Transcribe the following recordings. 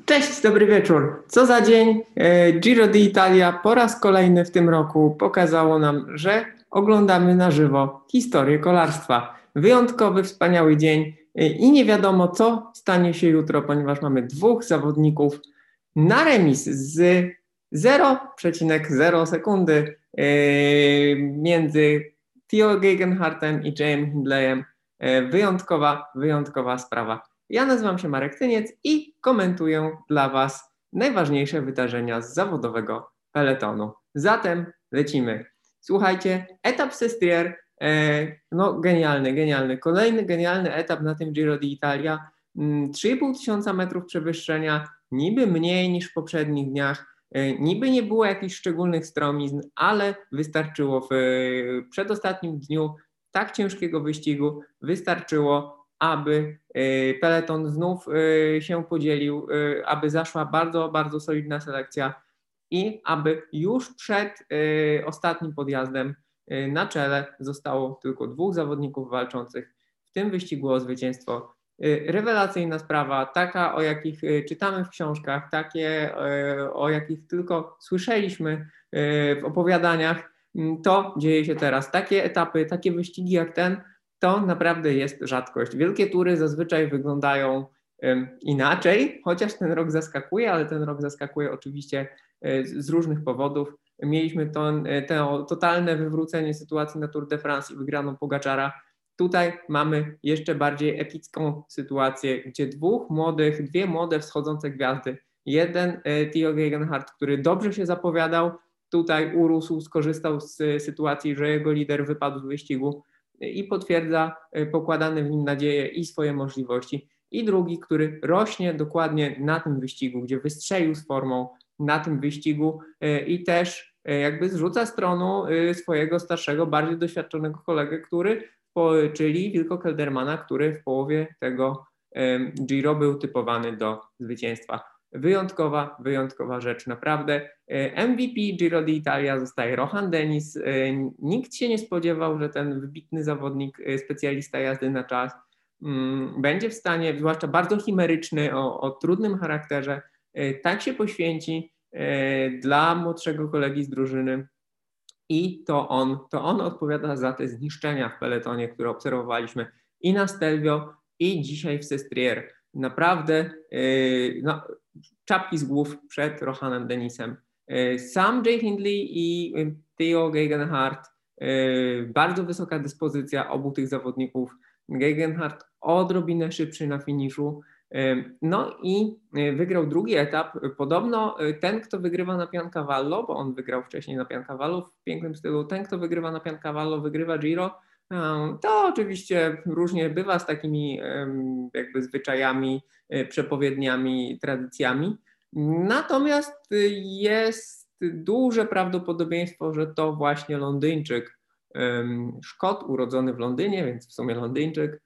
Cześć, dobry wieczór. Co za dzień? Giro d'Italia po raz kolejny w tym roku pokazało nam, że oglądamy na żywo historię kolarstwa. Wyjątkowy, wspaniały dzień i nie wiadomo, co stanie się jutro, ponieważ mamy dwóch zawodników na remis z 0,0 sekundy między Theo Gegenhardtem i Jamesem Hindleyem. Wyjątkowa sprawa. Ja nazywam się Marek Tyniec i komentuję dla Was najważniejsze wydarzenia z zawodowego peletonu. Zatem lecimy. Słuchajcie, etap Sestriere, no genialny. Kolejny genialny etap na tym Giro d'Italia. 3,5 tysiąca metrów przewyższenia, niby mniej niż w poprzednich dniach, niby nie było jakichś szczególnych stromizn, ale wystarczyło w przedostatnim dniu tak ciężkiego wyścigu, wystarczyło, aby peleton znów się podzielił, aby zaszła bardzo solidna selekcja i aby już przed ostatnim podjazdem na czele zostało tylko dwóch zawodników walczących w tym wyścigu o zwycięstwo. Rewelacyjna sprawa, taka o jakich czytamy w książkach, takie o jakich tylko słyszeliśmy w opowiadaniach, to dzieje się teraz. Takie etapy, takie wyścigi jak ten, to naprawdę jest rzadkość. Wielkie tury zazwyczaj wyglądają inaczej, chociaż ten rok zaskakuje, ale ten rok zaskakuje oczywiście z różnych powodów. Mieliśmy to totalne wywrócenie sytuacji na Tour de France i wygraną Pogaczara. Tutaj mamy jeszcze bardziej epicką sytuację, gdzie dwie młode wschodzące gwiazdy. Jeden Theo Gegenhardt, który dobrze się zapowiadał, tutaj urósł, skorzystał z sytuacji, że jego lider wypadł z wyścigu i potwierdza pokładane w nim nadzieje i swoje możliwości. I drugi, który rośnie dokładnie na tym wyścigu, gdzie wystrzelił z formą na tym wyścigu i też jakby zrzuca z tronu swojego starszego, bardziej doświadczonego kolegę, czyli Wilco Keldermana, który w połowie tego Giro był typowany do zwycięstwa. Wyjątkowa rzecz, naprawdę. MVP Giro d'Italia zostaje Rohan Dennis. Nikt się nie spodziewał, że ten wybitny zawodnik, specjalista jazdy na czas, będzie w stanie, zwłaszcza bardzo chimeryczny, o trudnym charakterze, tak się poświęci dla młodszego kolegi z drużyny. I to on odpowiada za te zniszczenia w peletonie, które obserwowaliśmy i na Stelvio, i dzisiaj w Sestriere. Naprawdę czapki z głów przed Rohanem Dennisem. Sam Jay Hindley i Theo Gegenhardt, bardzo wysoka dyspozycja obu tych zawodników. Gegenhardt odrobinę szybszy na finiszu. No i wygrał drugi etap. Podobno ten, kto wygrywa na Piancavallo, bo on wygrał wcześniej na Piancavallo w pięknym stylu, ten, kto wygrywa na Piancavallo, wygrywa Giro. To oczywiście różnie bywa z takimi jakby zwyczajami, przepowiedniami, tradycjami. Natomiast jest duże prawdopodobieństwo, że to właśnie Londyńczyk, Szkot urodzony w Londynie, więc w sumie Londyńczyk,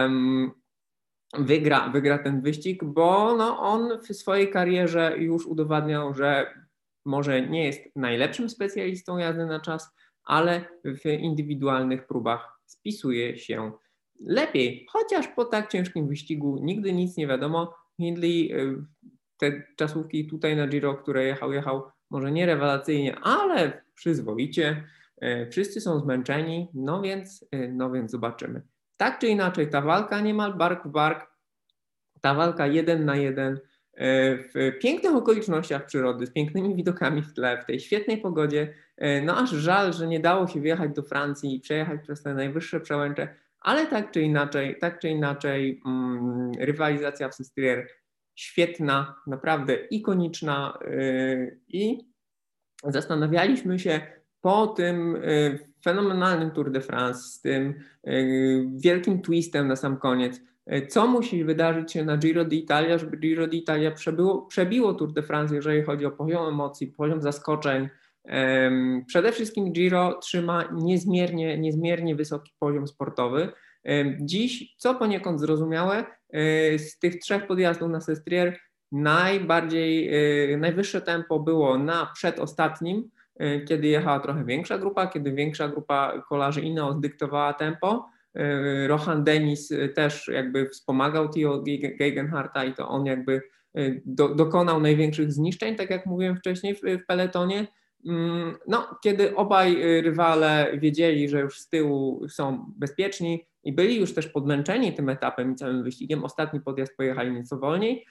wygra ten wyścig, bo on w swojej karierze już udowadniał, że może nie jest najlepszym specjalistą jazdy na czas, ale w indywidualnych próbach spisuje się lepiej, chociaż po tak ciężkim wyścigu nigdy nic nie wiadomo. Hindley te czasówki tutaj na Giro, które jechał może nie rewelacyjnie, ale przyzwoicie. Wszyscy są zmęczeni, no więc zobaczymy. Tak czy inaczej, ta walka niemal bark w bark, ta walka 1 na 1 w pięknych okolicznościach przyrody, z pięknymi widokami w tle, w tej świetnej pogodzie. No aż żal, że nie dało się wjechać do Francji i przejechać przez te najwyższe przełęcze, ale tak czy inaczej rywalizacja w Sestriere świetna, naprawdę ikoniczna i zastanawialiśmy się po tym fenomenalnym Tour de France, z tym wielkim twistem na sam koniec, co musi wydarzyć się na Giro d'Italia, żeby Giro d'Italia przebiło Tour de France, jeżeli chodzi o poziom emocji, poziom zaskoczeń. Przede wszystkim Giro trzyma niezmiernie wysoki poziom sportowy. Dziś, co poniekąd zrozumiałe, z tych trzech podjazdów na Sestriere najwyższe tempo było na przedostatnim, kiedy jechała trochę większa grupa, kiedy większa grupa kolarzy Ineos dyktowała tempo. Rohan Dennis też jakby wspomagał Theo Gegenhardta i to on jakby dokonał największych zniszczeń, tak jak mówiłem wcześniej w peletonie. No, kiedy obaj rywale wiedzieli, że już z tyłu są bezpieczni i byli już też podmęczeni tym etapem i całym wyścigiem, ostatni podjazd pojechali nieco wolniej,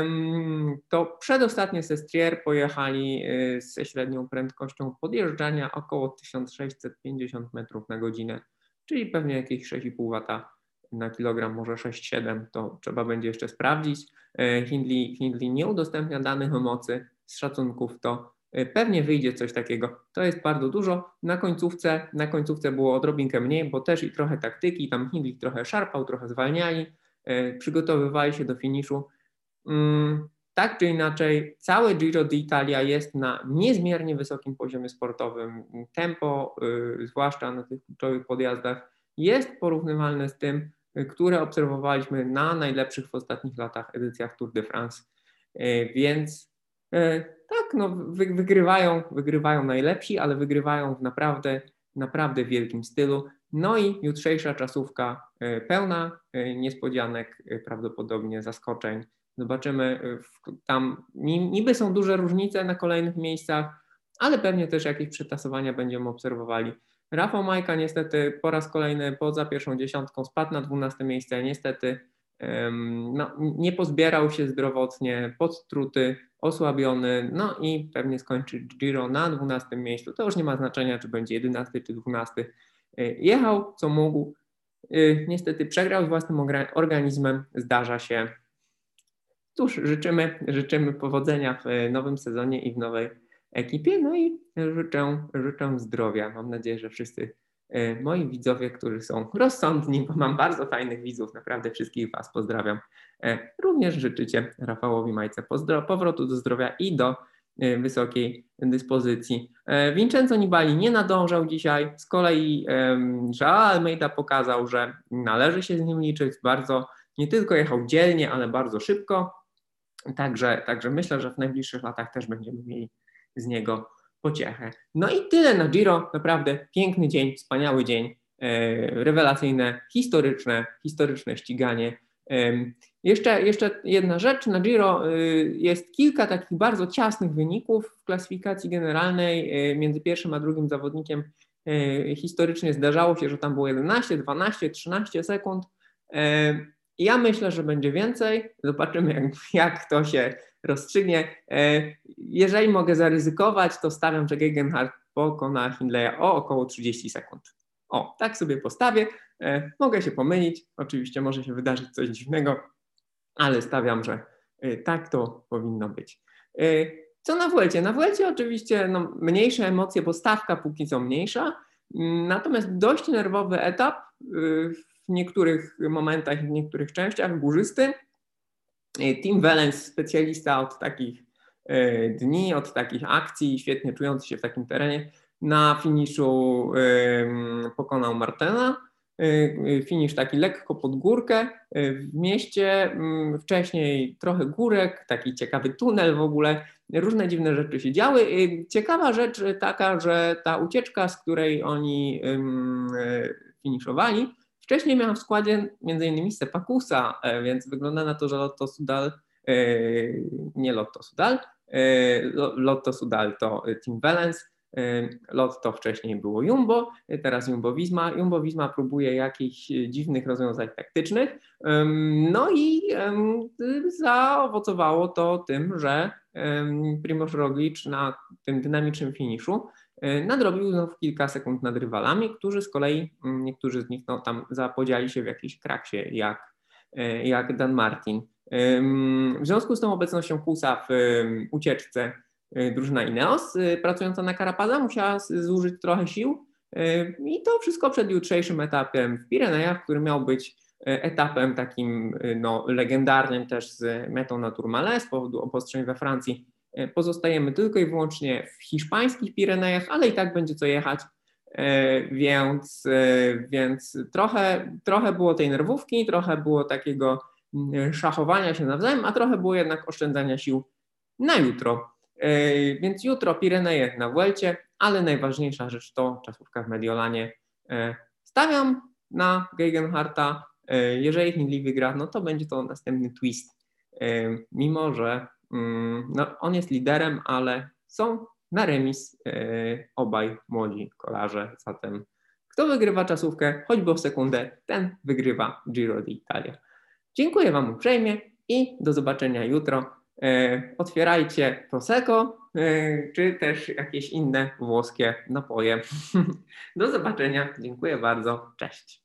to przedostatnie Sestriere pojechali ze średnią prędkością podjeżdżania około 1650 metrów na godzinę, czyli pewnie jakieś 6,5 wata na kilogram, może 6,7, to trzeba będzie jeszcze sprawdzić. Hindley nie udostępnia danych o mocy, z szacunków to pewnie wyjdzie coś takiego. To jest bardzo dużo. Na końcówce było odrobinkę mniej, bo też i trochę taktyki, tam Hindley trochę szarpał, trochę zwalniali, przygotowywali się do finiszu. Tak czy inaczej, całe Giro d'Italia jest na niezmiernie wysokim poziomie sportowym. Tempo, zwłaszcza na tych kluczowych podjazdach, jest porównywalne z tym, które obserwowaliśmy na najlepszych w ostatnich latach edycjach Tour de France. Więc tak, no, wygrywają najlepsi, ale wygrywają w naprawdę wielkim stylu. No i jutrzejsza czasówka pełna niespodzianek, prawdopodobnie zaskoczeń. Zobaczymy, tam niby są duże różnice na kolejnych miejscach, ale pewnie też jakieś przetasowania będziemy obserwowali. Rafał Majka niestety po raz kolejny poza pierwszą dziesiątką spadł na 12 miejsce. Niestety no, nie pozbierał się zdrowotnie, podtruty, osłabiony, no i pewnie skończy Giro na 12 miejscu. To już nie ma znaczenia, czy będzie 11 czy 12. Jechał co mógł. Niestety przegrał z własnym organizmem. Zdarza się. Cóż, życzymy powodzenia w nowym sezonie i w nowej ekipie. No i życzę zdrowia. Mam nadzieję, że wszyscy moi widzowie, którzy są rozsądni, bo mam bardzo fajnych widzów, naprawdę wszystkich Was pozdrawiam. Również życzycie Rafałowi Majce powrotu do zdrowia i do wysokiej dyspozycji. Vincenzo Nibali nie nadążał dzisiaj, z kolei Joao Almeida pokazał, że należy się z nim liczyć, bardzo nie tylko jechał dzielnie, ale bardzo szybko, także myślę, że w najbliższych latach też będziemy mieli z niego pociechę. No i tyle na Giro, naprawdę piękny dzień, wspaniały dzień, rewelacyjne, historyczne ściganie. Jeszcze jedna rzecz, na Giro jest kilka takich bardzo ciasnych wyników w klasyfikacji generalnej między pierwszym a drugim zawodnikiem. Historycznie zdarzało się, że tam było 11, 12, 13 sekund. Ja myślę, że będzie więcej. Zobaczymy, jak to się rozstrzygnie. Jeżeli mogę zaryzykować, to stawiam, że Gegenhardt pokona Hindleya o około 30 sekund. O, tak sobie postawię. Mogę się pomylić. Oczywiście może się wydarzyć coś dziwnego, ale stawiam, że tak to powinno być. Co na Vuelcie? Na Vuelcie oczywiście mniejsze emocje, bo stawka póki co mniejsza. Natomiast dość nerwowy etap w niektórych momentach, w niektórych częściach, górzysty. Tim Wellens, specjalista od takich dni, od takich akcji, świetnie czujący się w takim terenie, na finiszu pokonał Martena. Finisz taki lekko pod górkę w mieście, wcześniej trochę górek, taki ciekawy tunel w ogóle, różne dziwne rzeczy się działy. Ciekawa rzecz taka, że ta ucieczka, z której oni finiszowali, wcześniej miała w składzie m.in. Sepakusa, więc wygląda na to, że Lotto Soudal, nie Lotto Soudal, Lotto Soudal to Tim Wellens, Lotto wcześniej było Jumbo, teraz Jumbo-Visma. Jumbo-Visma próbuje jakichś dziwnych rozwiązań taktycznych, no i zaowocowało to tym, że Primož Roglič na tym dynamicznym finiszu nadrobił znów kilka sekund nad rywalami, którzy z kolei, niektórzy z nich tam zapodziali się w jakiejś kraksie, jak Dan Martin. W związku z tą obecnością Kusa w ucieczce drużyna Ineos pracująca na Carapaza musiała zużyć trochę sił i to wszystko przed jutrzejszym etapem w Pirenejach, który miał być etapem takim legendarnym też z metą na Tourmalet z powodu obostrzeń we Francji. Pozostajemy tylko i wyłącznie w hiszpańskich Pirenejach, ale i tak będzie co jechać, więc trochę było tej nerwówki, trochę było takiego szachowania się nawzajem, a trochę było jednak oszczędzania sił na jutro. Więc jutro Pireneje na Vuelcie, ale najważniejsza rzecz to czasówka w Mediolanie. Stawiam na Gegenharta. Jeżeli Hindley wygra, no to będzie to następny twist. Mimo że no, on jest liderem, ale są na remis obaj młodzi kolarze. Zatem kto wygrywa czasówkę, choćby o sekundę, ten wygrywa Giro d'Italia. Dziękuję Wam uprzejmie i do zobaczenia jutro. Otwierajcie Prosecco, czy też jakieś inne włoskie napoje. Do zobaczenia. Dziękuję bardzo. Cześć.